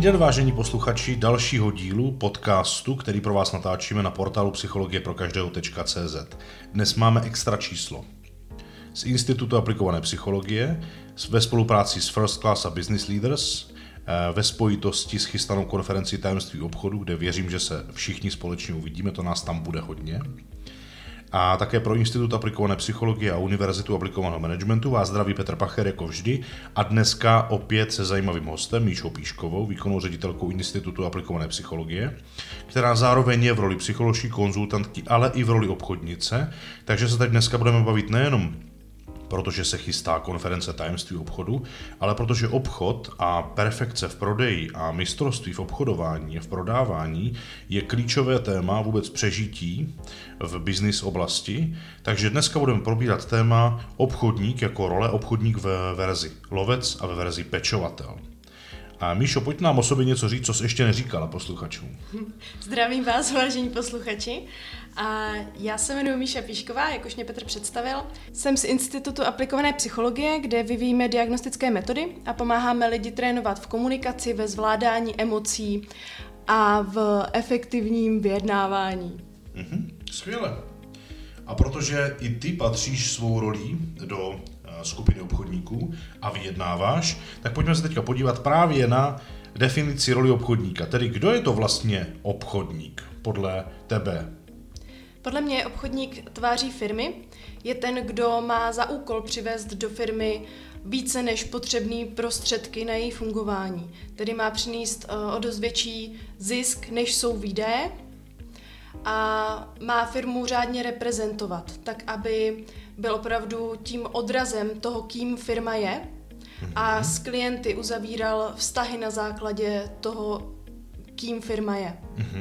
den, vážení posluchači, dalšího dílu podcastu, který pro vás natáčíme na portálu psychologie-pro-každého.cz. Dnes máme extra číslo. Z Institutu aplikované psychologie, ve spolupráci s First Class a Business Leaders, ve spojitosti s chystanou konferenci Tajemství obchodu, kde věřím, že se všichni společně uvidíme, to nás tam bude hodně. A také pro Institut aplikované psychologie a Univerzitu aplikovaného managementu vás zdraví Petr Pacher jako vždy a dneska opět se zajímavým hostem Míšou Píškovou, výkonnou ředitelkou Institutu aplikované psychologie, která zároveň je v roli psycholožky, konzultantky, ale i v roli obchodnice, takže se tak dneska budeme bavit nejenom protože se chystá konference Tajemství obchodu, ale protože obchod a perfekce v prodeji a mistrovství v obchodování a v prodávání je klíčové téma vůbec přežití v business oblasti. Takže dneska budeme probírat téma obchodník jako role, obchodník ve verzi lovec a ve verzi pečovatel. A Míšo, pojď nám o sobě něco říct, co jsi ještě neříkala posluchačům. Zdravím vás, vážení posluchači. A já se jmenuji Míša Píšková, jak už mě Petr představil. Jsem z Institutu aplikované psychologie, kde vyvíjíme diagnostické metody a pomáháme lidi trénovat v komunikaci, ve zvládání emocí a v efektivním vyjednávání. Skvěle. A protože i ty patříš svou rolí do skupiny obchodníků a vyjednáváš, tak pojďme se teďka podívat právě na definici roli obchodníka. Tedy kdo je to vlastně obchodník podle tebe? Podle mě je obchodník tváří firmy. Je ten, kdo má za úkol přivést do firmy více než potřebné prostředky na její fungování. Tedy má přinést o dost větší zisk, než jsou výdaje, a má firmu řádně reprezentovat, tak aby byl opravdu tím odrazem toho, kým firma je, a s klienty uzavíral vztahy na základě toho, kým firma je.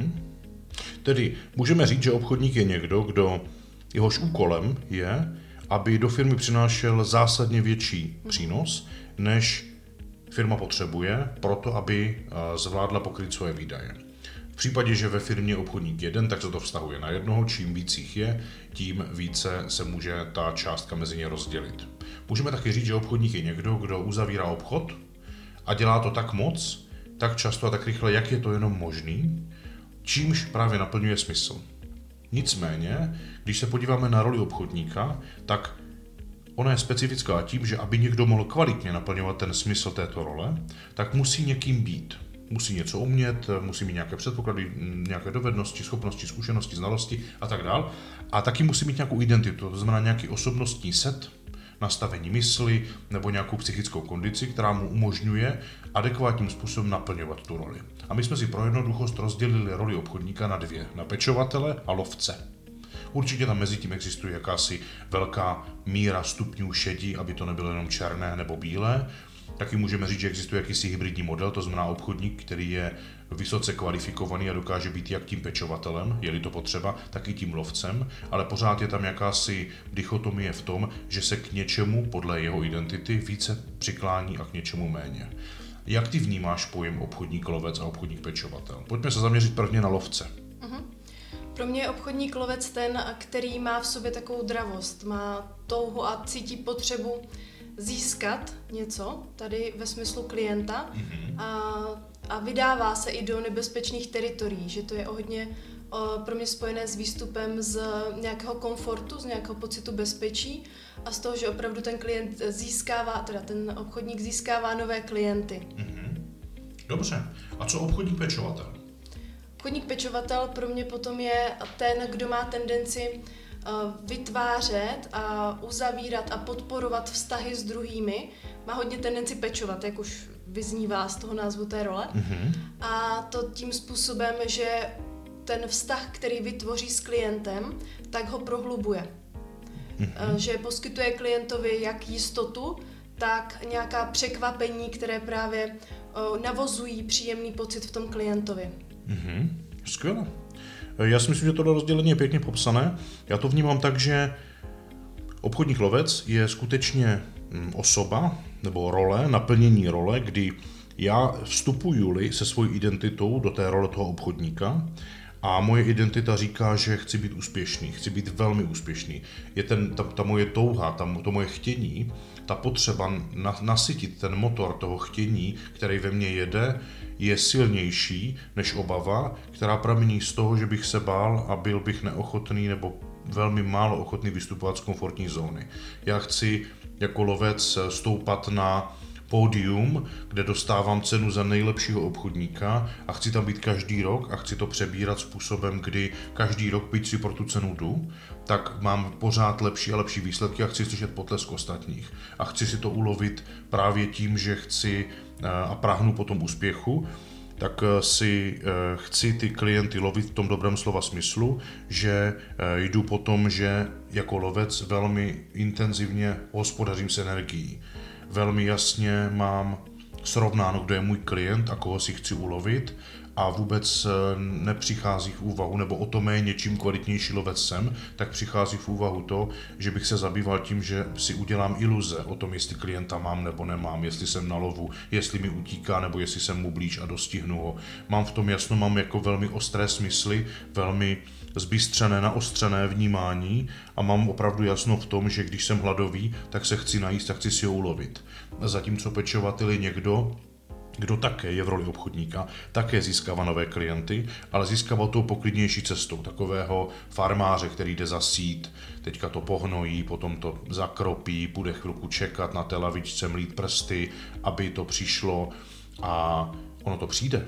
Tedy můžeme říct, že obchodník je někdo, kdo jehož úkolem je, aby do firmy přinášel zásadně větší přínos, než firma potřebuje, proto aby zvládla pokryt svoje výdaje. V případě, že ve firmě je obchodník jeden, tak se to vztahuje na jednoho, čím víc jich je, tím více se může ta částka mezi ně rozdělit. Můžeme taky říct, že obchodník je někdo, kdo uzavírá obchod a dělá to tak moc, tak často a tak rychle, jak je to jenom možný, čímž právě naplňuje smysl. Nicméně, když se podíváme na roli obchodníka, tak ona je specifická tím, že aby někdo mohl kvalitně naplňovat ten smysl této role, tak musí někým být. Musí něco umět, musí mít nějaké předpoklady, nějaké dovednosti, schopnosti, zkušenosti, znalosti a tak dál. A taky musí mít nějakou identitu, to znamená nějaký osobnostní set, nastavení mysli nebo nějakou psychickou kondici, která mu umožňuje adekvátním způsobem naplňovat tu roli. A my jsme si pro jednoduchost rozdělili roli obchodníka na dvě, na pečovatele a lovce. Určitě tam mezi tím existuje jakási velká míra stupňů šedí, aby to nebylo jenom černé nebo bílé. Taky můžeme říct, že existuje jakýsi hybridní model, to znamená obchodník, který je vysoce kvalifikovaný a dokáže být jak tím pečovatelem, je-li to potřeba, tak i tím lovcem, ale pořád je tam jakási dichotomie v tom, že se k něčemu podle jeho identity více přiklání a k něčemu méně. Jak ty vnímáš pojem obchodník lovec a obchodník pečovatel? Pojďme se zaměřit prvně na lovce. Pro mě je obchodník lovec ten, který má v sobě takovou dravost, má touhu a cítí potřebu získat něco, tady ve smyslu klienta, a vydává se i do nebezpečných teritorií, že to je hodně pro mě spojené s výstupem z nějakého komfortu, z nějakého pocitu bezpečí a z toho, že opravdu ten klient získává, teda ten obchodník získává nové klienty. Dobře. A co obchodník pečovatel? Obchodník pečovatel pro mě potom je ten, kdo má tendenci vytvářet a uzavírat a podporovat vztahy s druhými. Má hodně tendenci pečovat, jak už vyznívá z toho názvu té role. A to tím způsobem, že ten vztah, který vytvoří s klientem, tak ho prohlubuje. Že poskytuje klientovi jak jistotu, tak nějaká překvapení, které právě navozují příjemný pocit v tom klientovi. Skvěle. Já si myslím, že tohle rozdělení je pěkně popsané. Já to vnímám tak, že obchodník lovec je skutečně osoba nebo role, naplnění role, kdy já vstupuju-li se svojí identitou do té role toho obchodníka A moje identita říká, že chci být úspěšný, chci být velmi úspěšný. Je ta moje touha, to moje chtění, ta potřeba nasytit ten motor toho chtění, který ve mně jede, je silnější než obava, která pramení z toho, že bych se bál a byl bych neochotný nebo velmi málo ochotný vystupovat z komfortní zóny. Já chci jako lovec stoupat na pódium, kde dostávám cenu za nejlepšího obchodníka a chci tam být každý rok a chci to přebírat způsobem, kdy každý rok, byť si pro tu cenu jdu, tak mám pořád lepší a lepší výsledky a chci slyšet potlesk ostatních. A chci si to ulovit právě tím, že chci a prahnu po tom úspěchu, tak si chci ty klienty lovit v tom dobrém slova smyslu, že jdu po tom, že jako lovec velmi intenzivně hospodařím s energií. Velmi jasně mám srovnáno, kdo je můj klient a koho si chci ulovit a vůbec nepřichází v úvahu, nebo o to méně čím kvalitnější lovec jsem, tak přichází v úvahu to, že bych se zabýval tím, že si udělám iluze o tom, jestli klienta mám nebo nemám, jestli jsem na lovu, jestli mi utíká nebo jestli jsem mu blíž a dostihnu ho. Mám v tom jasno, mám jako velmi ostré smysly, velmi zbystřené, naostřené vnímání a mám opravdu jasno v tom, že když jsem hladový, tak se chci najíst a chci si ho ulovit. Zatímco pečovatel je někdo, kdo také je v roli obchodníka, také získává nové klienty, ale získává tou poklidnější cestou, takového farmáře, který jde zasít, teďka to pohnojí, potom to zakropí, bude chvilku čekat na té lavičce, mlít prsty, aby to přišlo a ono to přijde.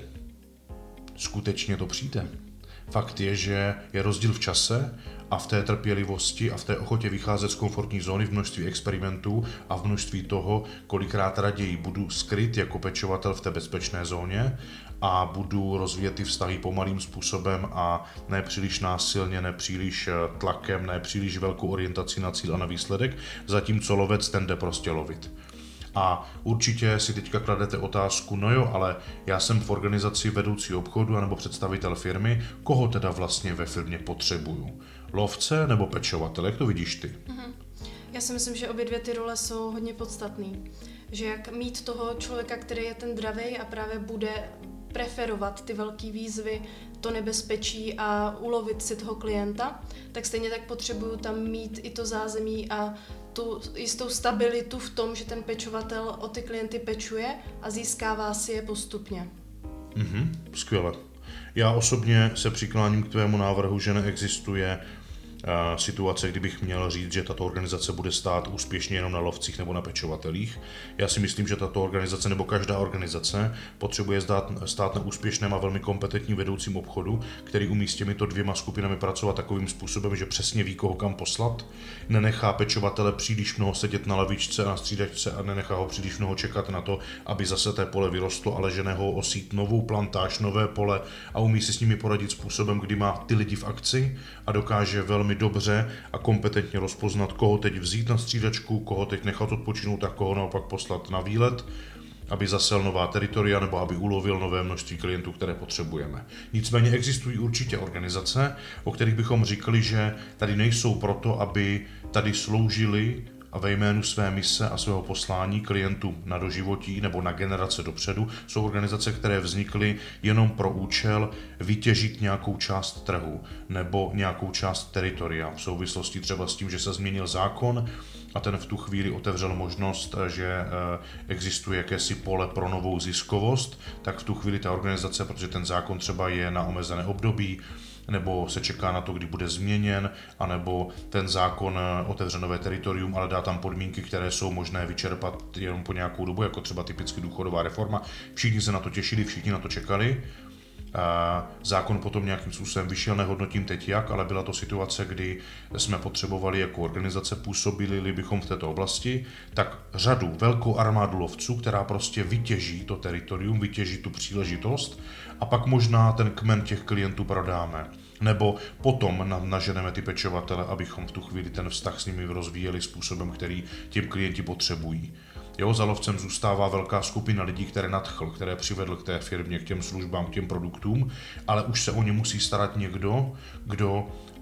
Skutečně to přijde. Fakt je, že je rozdíl v čase a v té trpělivosti a v té ochotě vycházet z komfortní zóny v množství experimentů a v množství toho, kolikrát raději budu skryt jako pečovatel v té bezpečné zóně a budu rozvíjet ty vztahy pomalým způsobem a ne příliš násilně, ne příliš tlakem, ne příliš velkou orientací na cíl a na výsledek, zatímco lovec ten jde prostě lovit. A určitě si teďka kladete otázku, no jo, ale já jsem v organizaci vedoucí obchodu anebo představitel firmy, koho teda vlastně ve firmě potřebuju? Lovce nebo pečovatele, jak to vidíš ty? Já si myslím, že obě dvě ty role jsou hodně podstatný. Že jak mít toho člověka, který je ten dravej a právě bude preferovat ty velké výzvy, to nebezpečí a ulovit si toho klienta, tak stejně tak potřebuju tam mít i to zázemí a tu jistou stabilitu v tom, že ten pečovatel o ty klienty pečuje a získává si je postupně. Skvěle. Já osobně se přikláním k tvému návrhu, že neexistuje situace, kdybych měl říct, že tato organizace bude stát úspěšně jenom na lovcích nebo na pečovatelích. Já si myslím, že tato organizace nebo každá organizace potřebuje stát na úspěšném a velmi kompetentním vedoucím obchodu, který umí s těmito dvěma skupinami pracovat takovým způsobem, že přesně ví, koho kam poslat, nenechá pečovatele příliš mnoho sedět na lavičce a na střídačce a nenechá ho příliš mnoho čekat na to, aby zase té pole vyrostlo, ale že ho osít novou plantáž, nové pole a umí si s nimi poradit způsobem, kdy má ty lidi v akci a dokáže velmi dobře a kompetentně rozpoznat, koho teď vzít na střídačku, koho teď nechat odpočinout a koho naopak poslat na výlet, aby zasel nová teritoria nebo aby ulovil nové množství klientů, které potřebujeme. Nicméně existují určitě organizace, o kterých bychom říkali, že tady nejsou proto, aby tady sloužili a ve jménu své mise a svého poslání klientům na doživotí nebo na generace dopředu. Jsou organizace, které vznikly jenom pro účel vytěžit nějakou část trhu nebo nějakou část teritoria v souvislosti třeba s tím, že se změnil zákon a ten v tu chvíli otevřel možnost, že existuje jakési pole pro novou ziskovost, tak v tu chvíli ta organizace, protože ten zákon třeba je na omezené období, nebo se čeká na to, kdy bude změněn, anebo ten zákon otevře nové teritorium, ale dá tam podmínky, které jsou možné vyčerpat jenom po nějakou dobu, jako třeba typicky důchodová reforma. Všichni se na to těšili, všichni na to čekali. Zákon potom nějakým způsobem vyšel, nehodnotím teď jak, ale byla to situace, kdy jsme potřebovali jako organizace, působili bychom v této oblasti, tak řadu, velkou armádu lovců, která prostě vytěží to teritorium, vytěží tu příležitost a pak možná ten kmen těch klientů prodáme. Nebo potom naženeme ty pečovatele, abychom v tu chvíli ten vztah s nimi rozvíjeli způsobem, který těm klienti potřebují. Jo, za lovcem zůstává velká skupina lidí, které nadchl, které přivedl k té firmě, k těm službám, k těm produktům, ale už se o ně musí starat někdo, kdo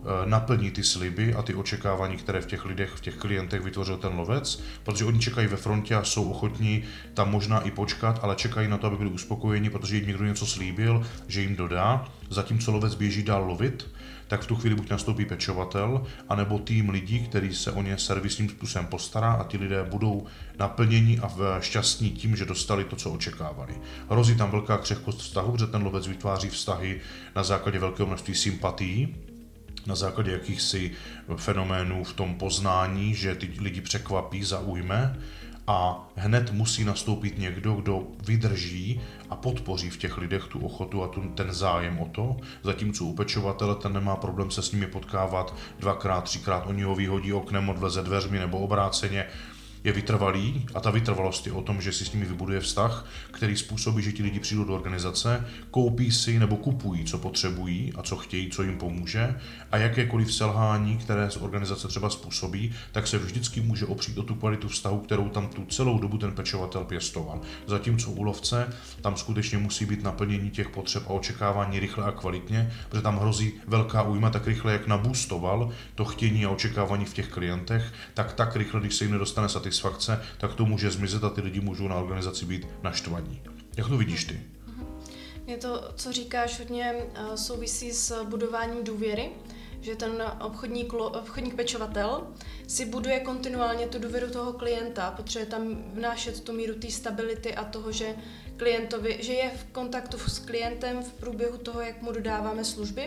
naplní ty sliby a ty očekávání, které v těch lidech, v těch klientech vytvořil ten lovec, protože oni čekají ve frontě a jsou ochotní tam možná i počkat, ale čekají na to, aby byli uspokojeni, protože jim někdo něco slíbil, že jim dodá, zatímco lovec běží dál lovit, tak v tu chvíli buď nastoupí pečovatel, anebo tým lidí, který se o ně servisním způsobem postará a ti lidé budou naplněni a šťastní tím, že dostali to, co očekávali. Hrozí tam velká křehkost vztahu, protože ten lovec vytváří vztahy na základě velkého množství sympatií, na základě jakýchsi fenoménů v tom poznání, že ty lidi překvapí, zaujme a hned musí nastoupit někdo, kdo vydrží a podpoří v těch lidech tu ochotu a ten zájem o to, zatímco u pečovatele ten nemá problém se s nimi potkávat dvakrát, třikrát, oni ho vyhodí oknem, odvleze dveřmi nebo obráceně, je vytrvalý a ta vytrvalost je o tom, že si s nimi vybuduje vztah, který způsobí, že ti lidi přijdou do organizace, koupí si nebo kupují, co potřebují a co chtějí, co jim pomůže a jakékoliv selhání, které z organizace třeba způsobí, tak se vždycky může opřít o tu kvalitu vztahu, kterou tam tu celou dobu ten pečovatel pěstoval. Zatímco u lovce tam skutečně musí být naplnění těch potřeb a očekávání rychle a kvalitně, protože tam hrozí velká újma tak rychle, jak naboostoval to chtění a očekávání v těch klientech, tak rychle, když se jim nedostane satisfakce, tak to může zmizet a ty lidi můžou na organizaci být naštvaní. Jak to vidíš ty? Je to, co říkáš, hodně souvisí s budováním důvěry, že ten obchodník pečovatel si buduje kontinuálně tu důvěru toho klienta, potřebuje tam vnášet tu míru té stability a toho, že že je v kontaktu s klientem v průběhu toho, jak mu dodáváme služby.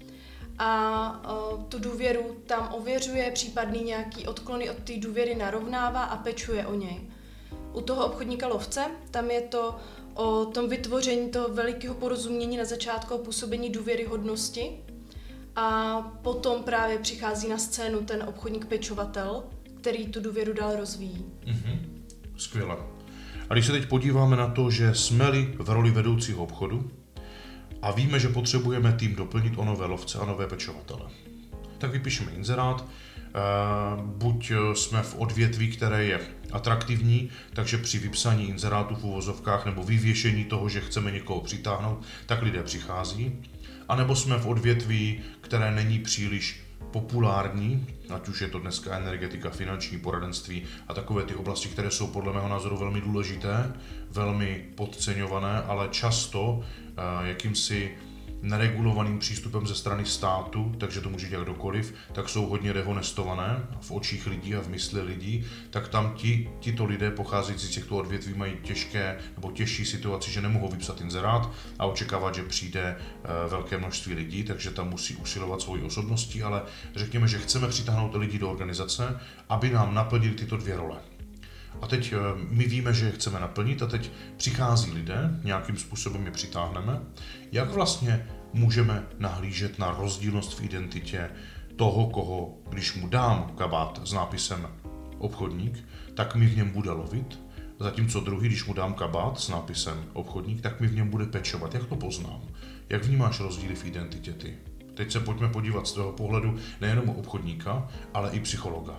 A tu důvěru tam ověřuje, případný nějaký odklony od té důvěry narovnává a pečuje o něj. U toho obchodníka lovce, tam je to o tom vytvoření toho velikého porozumění na začátku působení důvěryhodnosti a potom právě přichází na scénu ten obchodník pečovatel, který tu důvěru dál rozvíjí. Skvěle. A když se teď podíváme na to, že jsme-li v roli vedoucího obchodu, a víme, že potřebujeme tým doplnit o nové lovce a nové pečovatele, tak vypíšeme inzerát, buď jsme v odvětví, které je atraktivní, takže při vypsání inzerátu v uvozovkách nebo vyvěšení toho, že chceme někoho přitáhnout, tak lidé přichází, anebo jsme v odvětví, které není příliš populární, ať už je to dneska energetika, finanční poradenství a takové ty oblasti, které jsou podle mého názoru velmi důležité, velmi podceňované, ale často jakýmsi neregulovaným přístupem ze strany státu, takže to může dělat kdokoliv, tak jsou hodně dehonestované v očích lidí a v mysli lidí, tak tam tito lidé pocházející z těchto odvětví mají těžké nebo těžší situaci, že nemohou vypsat inzerát a očekávat, že přijde velké množství lidí, takže tam musí usilovat svojí osobností, ale řekněme, že chceme přitáhnout lidi do organizace, aby nám naplnili tyto dvě role. A teď my víme, že je chceme naplnit a teď přichází lidé, nějakým způsobem je přitáhneme. Jak vlastně můžeme nahlížet na rozdílnost v identitě toho, koho, když mu dám kabát s nápisem obchodník, tak mi v něm bude lovit, zatímco druhý, když mu dám kabát s nápisem obchodník, tak mi v něm bude pečovat. Jak to poznám? Jak vnímáš rozdíly v identitě ty? Teď se pojďme podívat z toho pohledu nejenom obchodníka, ale i psychologa.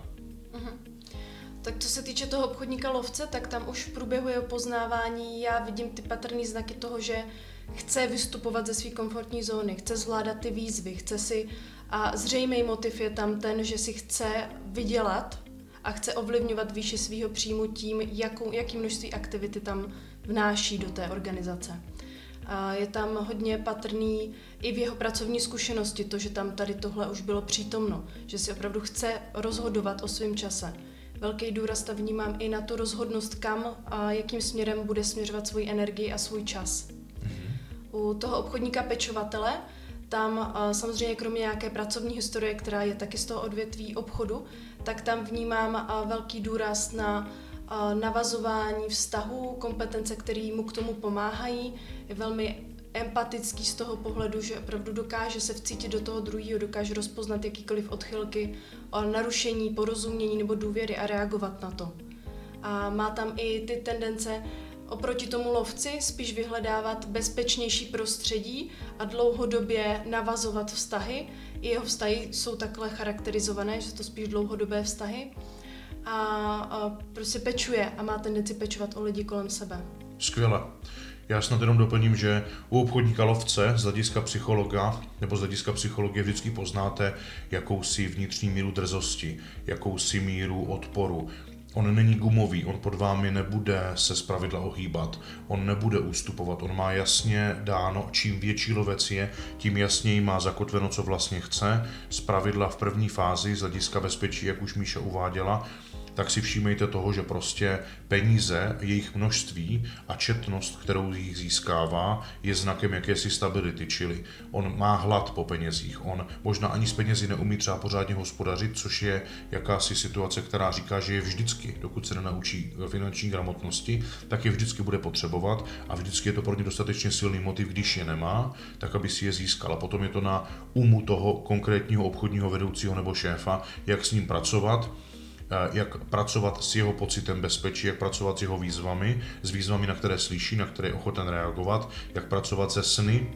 Tak co se týče toho obchodníka lovce, tak tam už v průběhu jeho poznávání já vidím ty patrné znaky toho, že chce vystupovat ze své komfortní zóny, chce zvládat ty výzvy, a zřejmý motiv je tam ten, že si chce vydělat a chce ovlivňovat výši svého příjmu tím, jaký množství aktivity tam vnáší do té organizace. A je tam hodně patrný i v jeho pracovní zkušenosti to, že tam tady tohle už bylo přítomno, že si opravdu chce rozhodovat o svém čase. Velký důraz tam vnímám i na tu rozhodnost, kam a jakým směrem bude směřovat svoji energii a svůj čas. U toho obchodníka pečovatele, tam samozřejmě kromě nějaké pracovní historie, která je taky z toho odvětví obchodu, tak tam vnímám velký důraz na navazování vztahů, kompetence, které mu k tomu pomáhají. Je velmi empatický z toho pohledu, že opravdu dokáže se vcítit do toho druhého, dokáže rozpoznat jakýkoliv odchylky, narušení, porozumění nebo důvěry a reagovat na to. A má tam i ty tendence oproti tomu lovci spíš vyhledávat bezpečnější prostředí a dlouhodobě navazovat vztahy. I jeho vztahy jsou takhle charakterizované, že jsou to spíš dlouhodobé vztahy. A prostě pečuje a má tendenci pečovat o lidi kolem sebe. Skvěle. Já snad jenom doplním, že u obchodníka lovce z hlediska psychologa nebo z hlediska psychologie vždycky poznáte jakousi vnitřní míru drzosti, jakousi míru odporu. On není gumový, on pod vámi nebude se zpravidla ohýbat, on nebude ustupovat, on má jasně dáno, čím větší lovec je, tím jasněji má zakotveno, co vlastně chce. Zpravidla v první fázi z hlediska bezpečí, jak už Míša uváděla, tak si všímejte toho, že prostě peníze, jejich množství a četnost, kterou jich získává, je znakem jakési stability, čili on má hlad po penězích, on možná ani s penězi neumí třeba pořádně hospodařit, což je jakási situace, která říká, že je vždycky, dokud se nenaučí finanční gramotnosti, tak je vždycky bude potřebovat a vždycky je to pro ně dostatečně silný motiv, když je nemá, tak aby si je získal. A potom je to na umu toho konkrétního obchodního vedoucího nebo šéfa, jak s ním pracovat, jak pracovat s jeho pocitem bezpečí, jak pracovat s jeho výzvami, s výzvami, na které slyší, na které je ochoten reagovat, jak pracovat se sny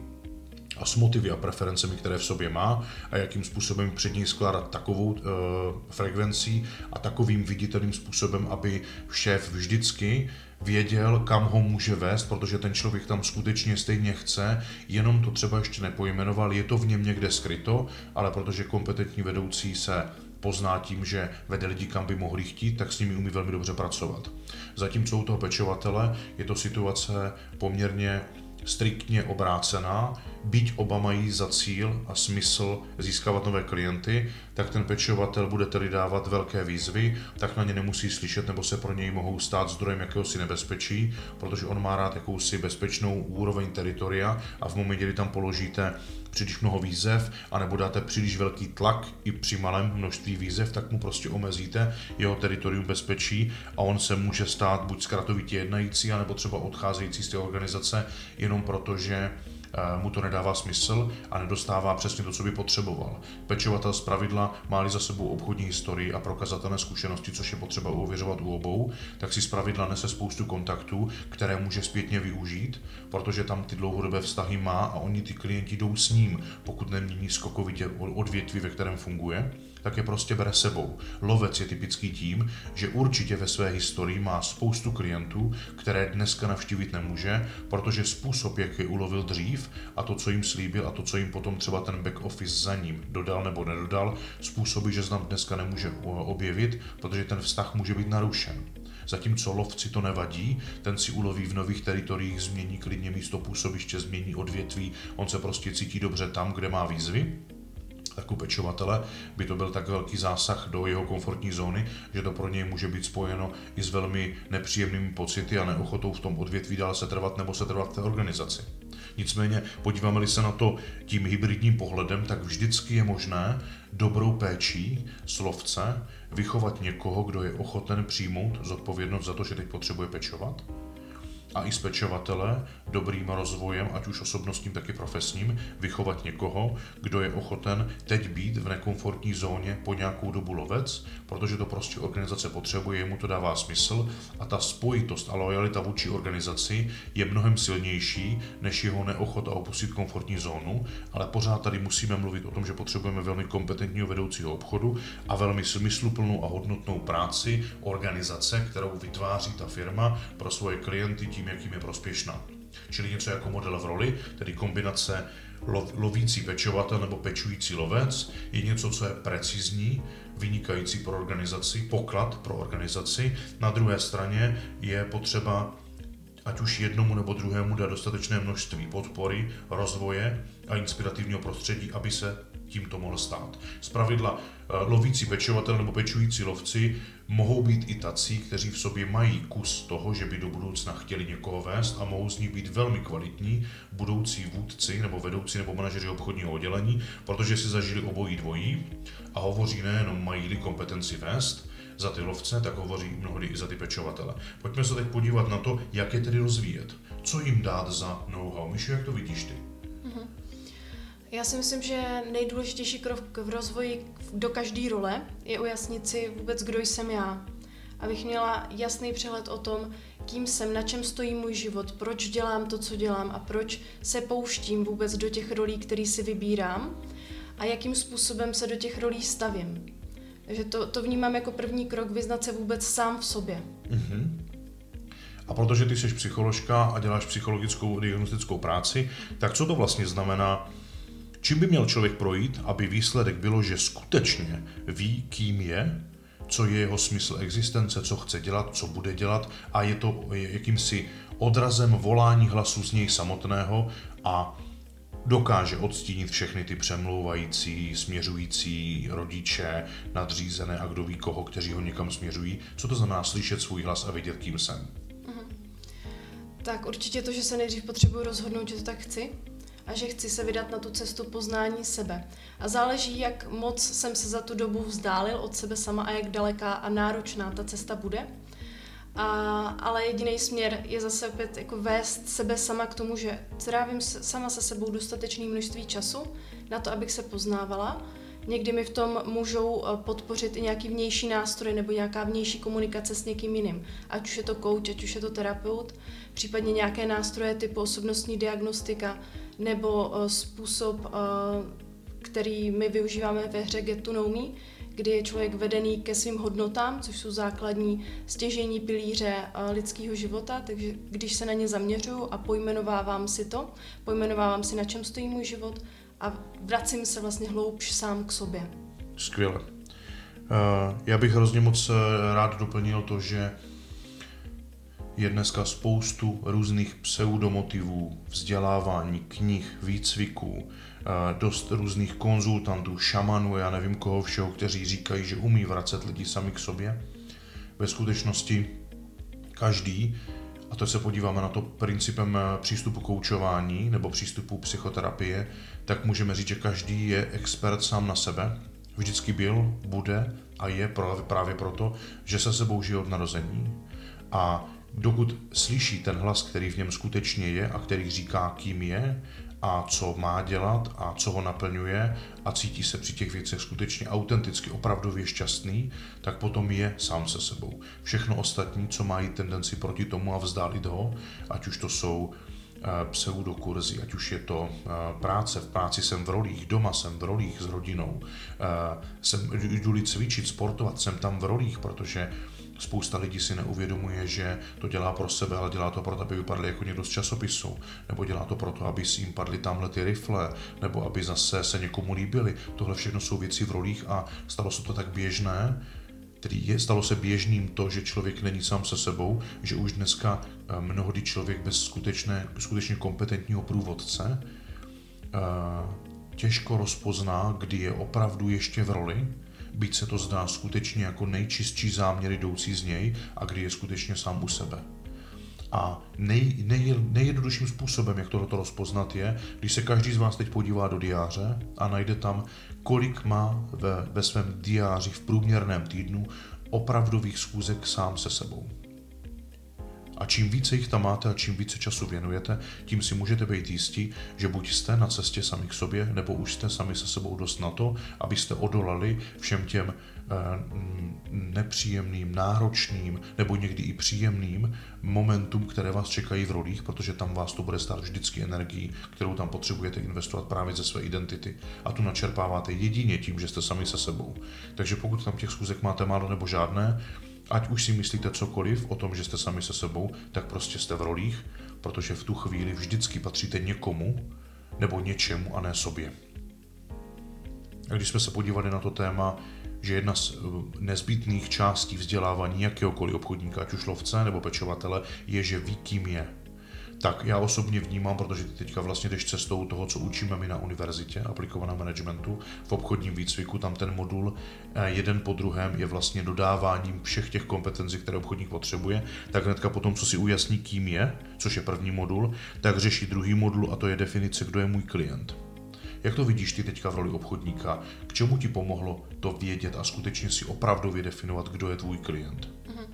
a s motivy a preferencemi, které v sobě má a jakým způsobem před něj skládat takovou frekvencí a takovým viditelným způsobem, aby šéf vždycky věděl, kam ho může vést, protože ten člověk tam skutečně stejně chce, jenom to třeba ještě nepojmenoval, je to v něm někde skryto, ale protože kompetentní vedoucí se pozná tím, že vede lidi, kam by mohli chtít, tak s nimi umí velmi dobře pracovat. Zatímco u toho pečovatele je to situace poměrně striktně obrácená, byť oba mají za cíl a smysl získávat nové klienty, tak ten pečovatel bude tedy dávat velké výzvy, tak na ně nemusí slyšet nebo se pro něj mohou stát zdrojem jakéhosi nebezpečí, protože on má rád jakousi bezpečnou úroveň teritoria a v momentě, kdy tam položíte příliš mnoho výzev anebo dáte příliš velký tlak i při malém množství výzev, tak mu prostě omezíte jeho teritorium bezpečí a on se může stát buď zkratovitě jednající, anebo třeba odcházející z té organizace jenom proto, že mu to nedává smysl a nedostává přesně to, co by potřeboval. Pečovatel zpravidla má-li za sebou obchodní historii a prokazatelné zkušenosti, což je potřeba ověřovat u obou, tak si zpravidla nese spoustu kontaktů, které může zpětně využít, protože tam ty dlouhodobé vztahy má a oni ty klienti jdou s ním, pokud nemění skokovitě odvětví, ve kterém funguje, tak je prostě bere sebou. Lovec je typický tím, že určitě ve své historii má spoustu klientů, které dneska navštívit nemůže, protože způsob, jak je ulovil dřív a to, co jim slíbil a to, co jim potom třeba ten back office za ním dodal nebo nedodal, způsobí, že znám dneska nemůže objevit, protože ten vztah může být narušen. Zatímco lovci to nevadí, ten si uloví v nových teritoriích, změní klidně místo působiště, změní odvětví, on se prostě cítí dobře tam, kde má výzvy. Tak u pečovatele by to byl tak velký zásah do jeho komfortní zóny, že to pro něj může být spojeno i s velmi nepříjemnými pocity a neochotou v tom odvětví dál se trvat nebo se trvat v té organizaci. Nicméně, podíváme-li se na to tím hybridním pohledem, tak vždycky je možné dobrou péčí s lovce vychovat někoho, kdo je ochoten přijmout zodpovědnost za to, že teď potřebuje pečovat. A i z pečovatele dobrým rozvojem, ať už osobnostním, tak i profesním, vychovat někoho, kdo je ochoten teď být v nekomfortní zóně po nějakou dobu lovec, protože to prostě organizace potřebuje, jemu to dává smysl a ta spojitost a lojalita vůči organizaci je mnohem silnější než jeho neochota opustit komfortní zónu, ale pořád tady musíme mluvit o tom, že potřebujeme velmi kompetentního vedoucího obchodu a velmi smysluplnou a hodnotnou práci organizace, kterou vytváří ta firma pro svoje klienty tím, jakým je prospěšná. Čili něco jako model v roli, tedy kombinace lovící pečovatel nebo pečující lovec, je něco, co je precizní, vynikající pro organizaci, poklad pro organizaci. Na druhé straně je potřeba ať už jednomu nebo druhému dát dostatečné množství podpory, rozvoje a inspirativního prostředí, aby se tímto mohl stát. Zpravidla lovící pečovatel nebo pečující lovci mohou být i tací, kteří v sobě mají kus toho, že by do budoucna chtěli někoho vést a mohou z nich být velmi kvalitní budoucí vůdci nebo vedoucí nebo manažeři obchodního oddělení, protože si zažili obojí dvojí a hovoří nejenom mají-li kompetenci vést za ty lovce, tak hovoří mnohdy i za ty pečovatele. Pojďme se teď podívat na to, jak je tedy rozvíjet. Co jim dát za know-how? Míšo, jak to vidíš ty? Já si myslím, že nejdůležitější krok v rozvoji do každé role je ujasnit si vůbec, kdo jsem já. Abych měla jasný přehled o tom, kým jsem, na čem stojí můj život, proč dělám to, co dělám a proč se pouštím vůbec do těch rolí, které si vybírám a jakým způsobem se do těch rolí stavím. Takže to vnímám jako první krok, vyznat se vůbec sám v sobě. A protože ty jsi psycholožka a děláš psychologickou diagnostickou práci, tak co to vlastně znamená, čím by měl člověk projít, aby výsledek bylo, že skutečně ví, kým je, co je jeho smysl existence, co chce dělat, co bude dělat a je to jakýmsi odrazem volání hlasu z něj samotného a dokáže odstínit všechny ty přemlouvající, směřující rodiče, nadřízené a kdo ví koho, kteří ho někam směřují. Co to znamená slyšet svůj hlas a vědět, kým jsem? Tak určitě to, že se nejdřív potřebuji rozhodnout, že to tak chci a že chci se vydat na tu cestu poznání sebe. A záleží, jak moc jsem se za tu dobu vzdálil od sebe sama a jak daleká a náročná ta cesta bude. Ale jediný směr je zase opět jako vést sebe sama k tomu, že trávím sama se sebou dostatečné množství času na to, abych se poznávala. Někdy mi v tom můžou podpořit i nějaký vnější nástroj nebo nějaká vnější komunikace s někým jiným. Ať už je to coach, ať už je to terapeut, případně nějaké nástroje typu osobnostní diagnostika nebo způsob, který my využíváme ve hře Get to Know Me, kdy je člověk vedený ke svým hodnotám, což jsou základní stěžejní pilíře lidského života, takže když se na ně zaměřuju a pojmenovávám si, na čem stojí můj život a vracím se vlastně hloubš sám k sobě. Skvěle. Já bych hrozně moc rád doplnil to, že je dneska spoustu různých pseudomotivů, vzdělávání, knih, výcviků, dost různých konzultantů, šamanů, já nevím koho všeho, kteří říkají, že umí vracet lidi sami k sobě. Ve skutečnosti každý, a to se podíváme na to principem přístupu koučování nebo přístupu psychoterapie, tak můžeme říct, že každý je expert sám na sebe. Vždycky byl, bude a je právě proto, že se sebou žije od narození. A dokud slyší ten hlas, který v něm skutečně je a který říká, kým je a co má dělat a co ho naplňuje a cítí se při těch věcech skutečně autenticky, opravdově šťastný, tak potom je sám se sebou. Všechno ostatní, co mají tendenci proti tomu a vzdálit ho, ať už to jsou pseudokurzy, ať už je to práce, v práci jsem v rolích, doma jsem v rolích s rodinou, jdu cvičit, sportovat, jsem tam v rolích, protože spousta lidí si neuvědomuje, že to dělá pro sebe, ale dělá to proto, aby vypadli jako někdo z časopisu, nebo dělá to proto, aby si jim padly tamhle ty rifle, nebo aby zase se někomu líbili. Tohle všechno jsou věci v rolích a stalo se to tak běžné, stalo se běžným to, že člověk není sám se sebou, že už dneska mnohdy člověk bez skutečně kompetentního průvodce těžko rozpozná, kdy je opravdu ještě v roli, byť se to zdá skutečně jako nejčistší záměr jdoucí z něj a kdy je skutečně sám u sebe. A nejjednodušším způsobem, jak tohleto rozpoznat je, když se každý z vás teď podívá do diáře a najde tam, kolik má ve svém diáři v průměrném týdnu opravdových schůzek sám se sebou. A čím více jich tam máte a čím více času věnujete, tím si můžete být jistí, že buď jste na cestě sami k sobě, nebo už jste sami se sebou dost na to, abyste odolali všem těm nepříjemným, náročným nebo někdy i příjemným momentům, které vás čekají v rolích, protože tam vás to bude stát vždycky energii, kterou tam potřebujete investovat právě ze své identity. A tu načerpáváte jedině tím, že jste sami se sebou. Takže pokud tam těch schůzek máte málo nebo žádné, ať už si myslíte cokoliv o tom, že jste sami se sebou, tak prostě jste v rolích, protože v tu chvíli vždycky patříte někomu nebo něčemu a ne sobě. A když jsme se podívali na to téma, že jedna z nezbytných částí vzdělávání jakéhokoliv obchodníka, ať už lovce nebo pečovatele, je, že ví, kým je. Tak já osobně vnímám, protože ty teďka vlastně jdeš cestou toho, co učíme my na univerzitě, aplikovaném managementu, v obchodním výcviku, tam ten modul jeden po druhém je vlastně dodáváním všech těch kompetencí, které obchodník potřebuje, tak hnedka potom, co si ujasní, kým je, což je první modul, tak řeší druhý modul a to je definice, kdo je můj klient. Jak to vidíš ty teďka v roli obchodníka? K čemu ti pomohlo to vědět a skutečně si opravdu vydefinovat, kdo je tvůj klient?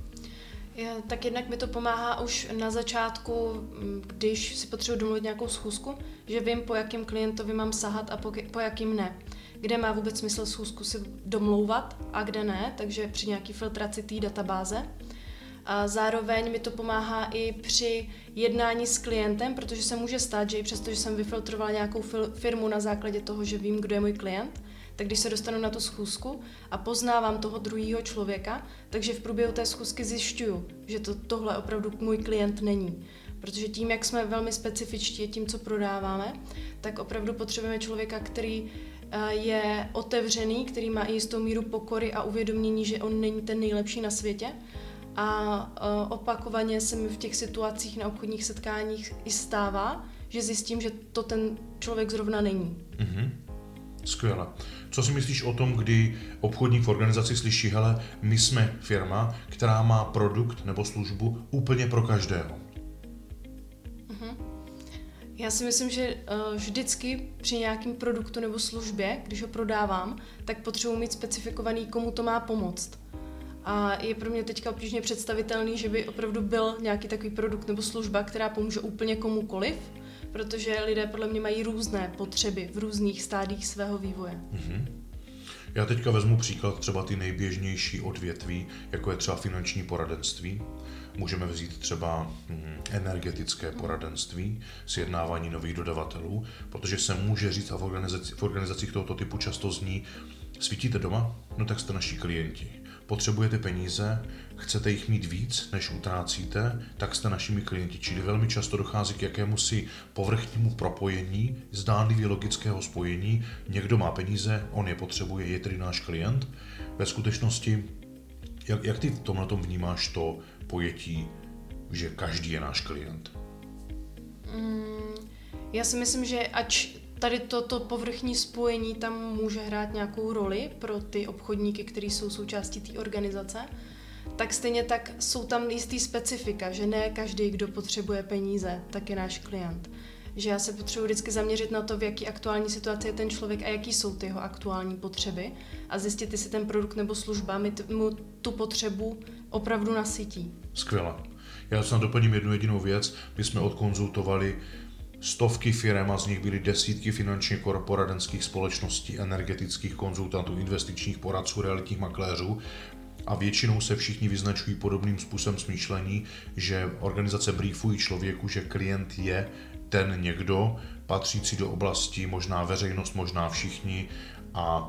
Tak jednak mi to pomáhá už na začátku, když si potřebuji domluvit nějakou schůzku, že vím, po jakým klientovi mám sahat a po jakým ne. Kde má vůbec smysl schůzku si domlouvat a kde ne, takže při nějaký filtraci té databáze. A zároveň mi to pomáhá i při jednání s klientem, protože se může stát, že i přesto, že jsem vyfiltrovala nějakou firmu na základě toho, že vím, kdo je můj klient, tak když se dostanu na tu schůzku a poznávám toho druhého člověka, takže v průběhu té schůzky zjišťuju, že tohle opravdu můj klient není. Protože tím, jak jsme velmi specifičtí tím, co prodáváme, tak opravdu potřebujeme člověka, který je otevřený, který má i jistou míru pokory a uvědomění, že on není ten nejlepší na světě. A opakovaně se mi v těch situacích na obchodních setkáních i stává, že zjistím, že to ten člověk zrovna není. Skvěle. Co si myslíš o tom, kdy obchodník v organizaci slyší, hele, my jsme firma, která má produkt nebo službu úplně pro každého? Já si myslím, že vždycky při nějakém produktu nebo službě, když ho prodávám, tak potřebuji mít specifikovaný, komu to má pomoct. A je pro mě teďka obtížně představitelný, že by opravdu byl nějaký takový produkt nebo služba, která pomůže úplně komukoliv, protože lidé podle mě mají různé potřeby v různých stádiích svého vývoje. Já teďka vezmu příklad třeba ty nejběžnější odvětví, jako je třeba finanční poradenství. Můžeme vzít třeba energetické poradenství, sjednávání nových dodavatelů, protože se může říct, a v organizacích tohoto typu často zní, svítíte doma? No tak jste naši klienti. Potřebujete peníze, chcete jich mít víc, než utrácíte, tak jste našimi klienti. Čili velmi často dochází k jakémusi povrchnímu propojení, zdánlivě logického spojení. Někdo má peníze, on je potřebuje, je tedy náš klient. Ve skutečnosti, jak ty v tomhletom vnímáš to pojetí, že každý je náš klient? Já si myslím, že ač tady toto povrchní spojení tam může hrát nějakou roli pro ty obchodníky, kteří jsou součástí té organizace, tak stejně tak jsou tam jistý specifika, že ne každý, kdo potřebuje peníze, tak je náš klient. Že já se potřebuji vždycky zaměřit na to, v jaký aktuální situaci je ten člověk a jaký jsou ty jeho aktuální potřeby a zjistit, jestli ten produkt nebo služba mu tu potřebu opravdu nasytí. Skvěle. Já snad doplním jednu jedinou věc. My jsme odkonzultovali stovky firem a z nich byly desítky finančně poradenských společností, energetických konzultantů, investičních poradců, realitních makléřů a většinou se všichni vyznačují podobným způsobem smýšlení, že organizace briefují člověku, že klient je ten někdo, patřící do oblasti, možná veřejnost, možná všichni, a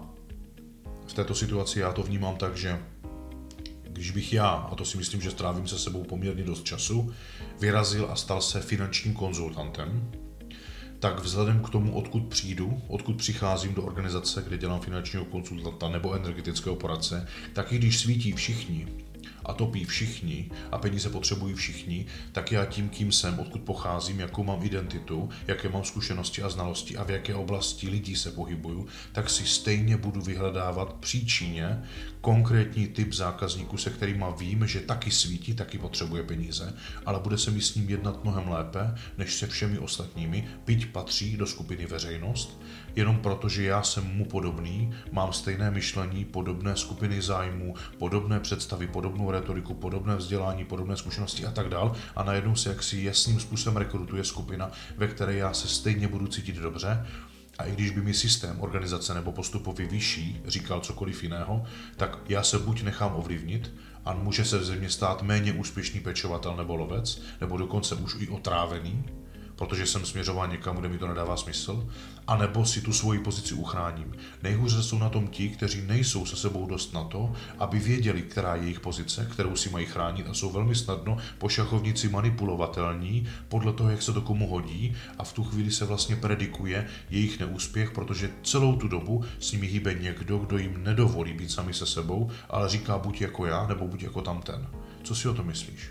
v této situaci já to vnímám tak, že když bych já, a to si myslím, že strávím se sebou poměrně dost času, vyrazil a stal se finančním konzultantem, tak vzhledem k tomu, odkud přicházím do organizace, kde dělám finančního konzultanta nebo energetického poradce, tak i když svítí všichni a topí všichni a peníze potřebují všichni, tak já tím, kým jsem, odkud pocházím, jakou mám identitu, jaké mám zkušenosti a znalosti a v jaké oblasti lidí se pohybuju, tak si stejně budu vyhledávat příčině konkrétní typ zákazníků, se kterýma vím, že taky svítí, taky potřebuje peníze, ale bude se mi s ním jednat mnohem lépe, než se všemi ostatními, byť patří do skupiny veřejnost, jenom proto, že já jsem mu podobný, mám stejné myšlení, podobné skupiny zájmů, podobné představy, podobnou retoriku, podobné vzdělání, podobné zkušenosti a tak dál, a najednou se jaksi jasným způsobem rekrutuje skupina, ve které já se stejně budu cítit dobře. A i když by mi systém, organizace nebo postupově vyšší říkal cokoliv jiného, tak já se buď nechám ovlivnit a může se ze mě stát méně úspěšný pečovatel nebo lovec, nebo dokonce už i otrávený, protože jsem směřován někam, kde mi to nedává smysl, anebo si tu svoji pozici uchráním. Nejhůře jsou na tom ti, kteří nejsou se sebou dost na to, aby věděli, která je jejich pozice, kterou si mají chránit, a jsou velmi snadno po šachovnici manipulovatelní podle toho, jak se to komu hodí, a v tu chvíli se vlastně predikuje jejich neúspěch, protože celou tu dobu s nimi hýbe někdo, kdo jim nedovolí být sami se sebou, ale říká buď jako já, nebo buď jako tamten. Co si o to myslíš?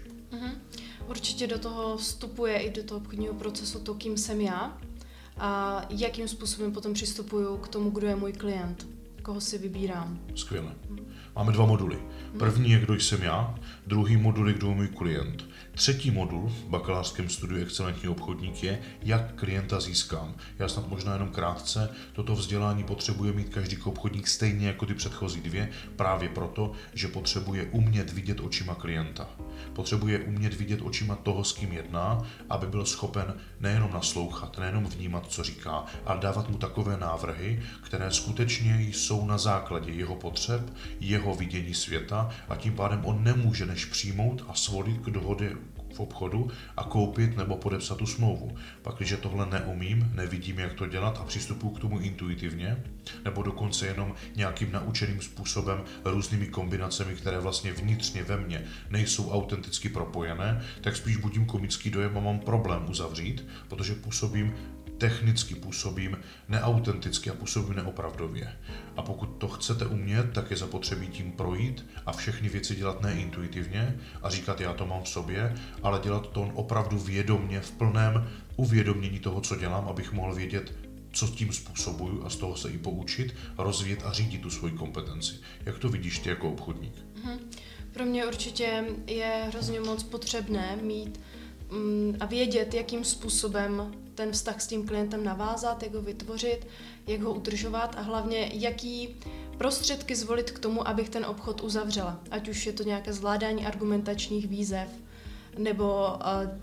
Určitě do toho vstupuje i do toho obchodního procesu to, kým jsem já a jakým způsobem potom přistupuju k tomu, kdo je můj klient, koho si vybírám. Skvěle. Máme 2 moduly. První je, kdo jsem já, druhý modul je, kdo je můj klient. Třetí modul v bakalářském studiu Excelentní obchodník je, jak klienta získám. Já snad možná jenom krátce, toto vzdělání potřebuje mít každý obchodník stejně jako ty předchozí 2, právě proto, že potřebuje umět vidět očima klienta. Potřebuje umět vidět očima toho, s kým jedná, aby byl schopen nejenom naslouchat, nejenom vnímat, co říká, ale dávat mu takové návrhy, které skutečně jsou na základě jeho potřeb, jeho jeho vidění světa a tím pádem on nemůže než přijmout a svolit k dohodě v obchodu a koupit nebo podepsat tu smlouvu. Pak, když tohle neumím, nevidím, jak to dělat a přistupuji k tomu intuitivně, nebo dokonce jenom nějakým naučeným způsobem, různými kombinacemi, které vlastně vnitřně ve mně nejsou autenticky propojené, tak spíš budím komický dojem a mám problém uzavřít, protože technicky působím neautenticky a působím neopravdově. A pokud to chcete umět, tak je zapotřebí tím projít a všechny věci dělat neintuitivně a říkat, já to mám v sobě, ale dělat to opravdu vědomně, v plném uvědomění toho, co dělám, abych mohl vědět, co tím způsobuju a z toho se i poučit, rozvíjet a řídit tu svoji kompetenci. Jak to vidíš ty jako obchodník? Pro mě určitě je hrozně moc potřebné mít a vědět, jakým způsobem ten vztah s tím klientem navázat, jak ho vytvořit, jak ho udržovat a hlavně jaký prostředky zvolit k tomu, abych ten obchod uzavřela. Ať už je to nějaké zvládání argumentačních výzev, nebo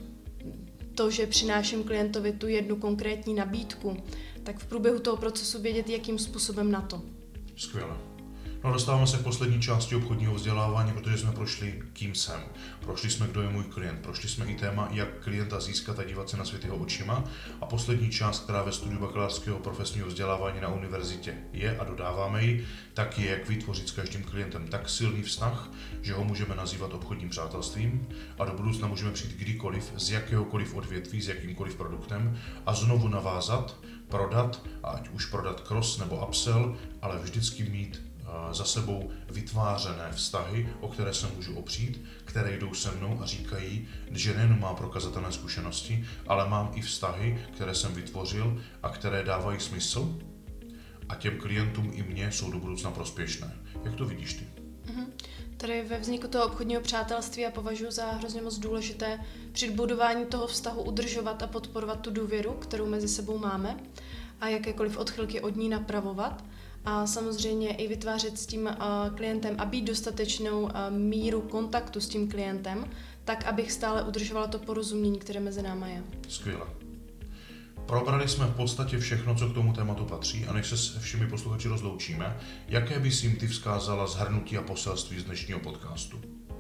to, že přináším klientovi tu jednu konkrétní nabídku, tak v průběhu toho procesu vědět, jakým způsobem na to. Skvěle. No, dostáváme se k poslední části obchodního vzdělávání, protože jsme prošli, kým jsem. Prošli jsme, kdo je můj klient. Prošli jsme i téma, jak klienta získat a dívat se na svět jeho očima. A poslední část, která ve studiu bakalářského profesního vzdělávání na univerzitě je a dodáváme ji, tak je, jak vytvořit s každým klientem tak silný vztah, že ho můžeme nazývat obchodním přátelstvím a do budoucna můžeme přijít kdykoliv, z jakéhokoliv odvětví, s jakýmkoliv produktem a znovu navázat, prodat, a ať už prodat cross nebo upsell, ale vždycky mít za sebou vytvářené vztahy, o které se můžu opřít, které jdou se mnou a říkají, že nejen mám prokazatelné zkušenosti, ale mám i vztahy, které jsem vytvořil a které dávají smysl a těm klientům i mně jsou do budoucna prospěšné. Jak to vidíš ty? Tady ve vzniku toho obchodního přátelství já považuji za hrozně moc důležité při budování toho vztahu udržovat a podporovat tu důvěru, kterou mezi sebou máme a jakékoliv odchylky od ní napravovat. A samozřejmě i vytvářet s tím klientem a být dostatečnou míru kontaktu s tím klientem, tak abych stále udržovala to porozumění, které mezi náma je. Skvěle. Probrali jsme v podstatě všechno, co k tomu tématu patří a než se s všemi posluchači rozloučíme, jaké bys jim ty vzkázala shrnutí a poselství z dnešního podcastu?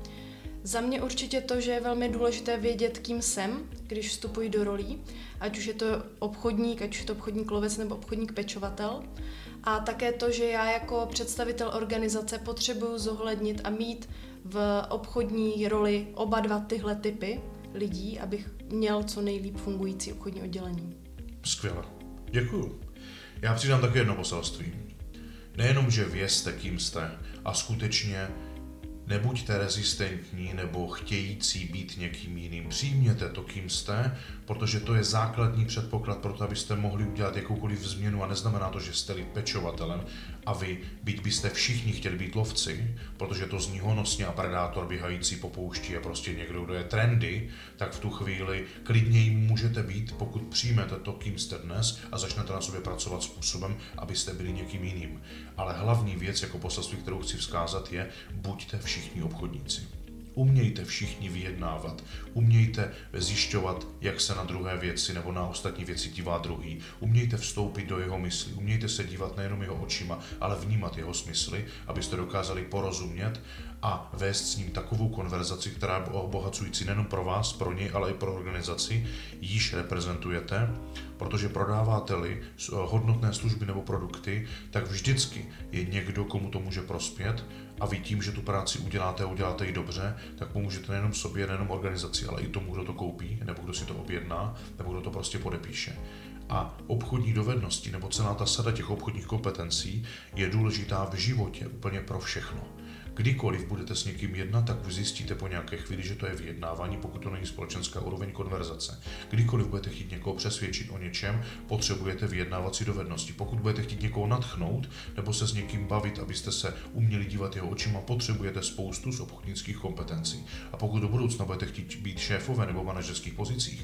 Za mě určitě to, že je velmi důležité vědět, kým jsem, když vstupuji do rolí, ať už je to obchodník, ať už je to obchodník lovec nebo obchodník pečovatel. A také to, že já jako představitel organizace potřebuju zohlednit a mít v obchodní roli oba dva tyhle typy lidí, abych měl co nejlíp fungující obchodní oddělení. Skvěle. Děkuju. Já přidám také jedno poselství. Nejenom, že vězte, kým jste a skutečně nebuďte rezistentní nebo chtějící být někým jiným. Přijměte to, kým jste, protože to je základní předpoklad pro to, abyste mohli udělat jakoukoliv změnu a neznamená to, že jste pečovatelem a vy, byť byste všichni chtěli být lovci, protože to zní honosně a predátor běhající po poušti je prostě někdo, kdo je trendy, tak v tu chvíli klidně jim můžete být, pokud přijmete to, kým jste dnes a začnete na sobě pracovat způsobem, abyste byli někým jiným. Ale hlavní věc jako poselství, kterou chci vzkázat, je buďte všichni obchodníci. Umějte všichni vyjednávat, umějte zjišťovat, jak se na druhé věci nebo na ostatní věci dívá druhý, umějte vstoupit do jeho mysli, umějte se dívat nejenom jeho očima, ale vnímat jeho smysly, abyste dokázali porozumět a vést s ním takovou konverzaci, která je obohacující nejen pro vás, pro něj, ale i pro organizaci, již reprezentujete, protože prodáváte-li hodnotné služby nebo produkty, tak vždycky je někdo, komu to může prospět a vy tím, že tu práci uděláte a uděláte ji dobře, tak pomůžete nejenom sobě, nejenom organizaci, ale i tomu, kdo to koupí, nebo kdo si to objedná, nebo kdo to prostě podepíše. A obchodní dovednosti, nebo celá ta sada těch obchodních kompetencí je důležitá v životě úplně pro všechno. Kdykoliv budete s někým jednat, tak vy zjistíte po nějaké chvíli, že to je vyjednávání, pokud to není společenská úroveň konverzace. Kdykoliv budete chtít někoho přesvědčit o něčem, potřebujete vyjednávací dovednosti. Pokud budete chtít někoho nadchnout nebo se s někým bavit, abyste se uměli dívat jeho očima, potřebujete spoustu z obchodnických kompetencí. A pokud do budoucna budete chtít být šéfové nebo manažerských pozicích,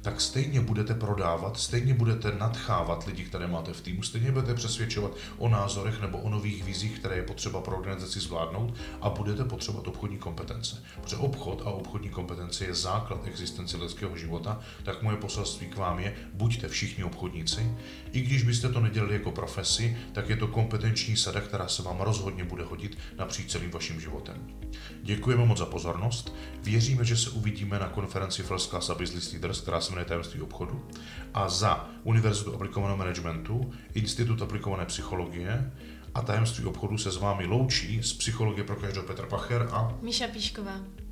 tak stejně budete prodávat, stejně budete nadchávat lidi, které máte v týmu, stejně budete přesvědčovat o názorech nebo o nových vizích, které je potřeba pro organizaci zvládnout a budete potřebovat obchodní kompetence. Protože obchod a obchodní kompetence je základ existence lidského života, tak moje poselství k vám je, buďte všichni obchodníci. I když byste to nedělali jako profesi, tak je to kompetenční sada, která se vám rozhodně bude hodit napříč celým vaším životem. Děkujeme moc za pozornost. Věříme, že se uvidíme na konferenci First Class a Business Leaders, která se jmenuje Tajemství obchodu. A za Univerzitu aplikovaného managementu, Institut aplikované psychologie a Tajemství obchodu se s vámi loučí z Psychologie pro každého Petr Pacher a Míša Píšková.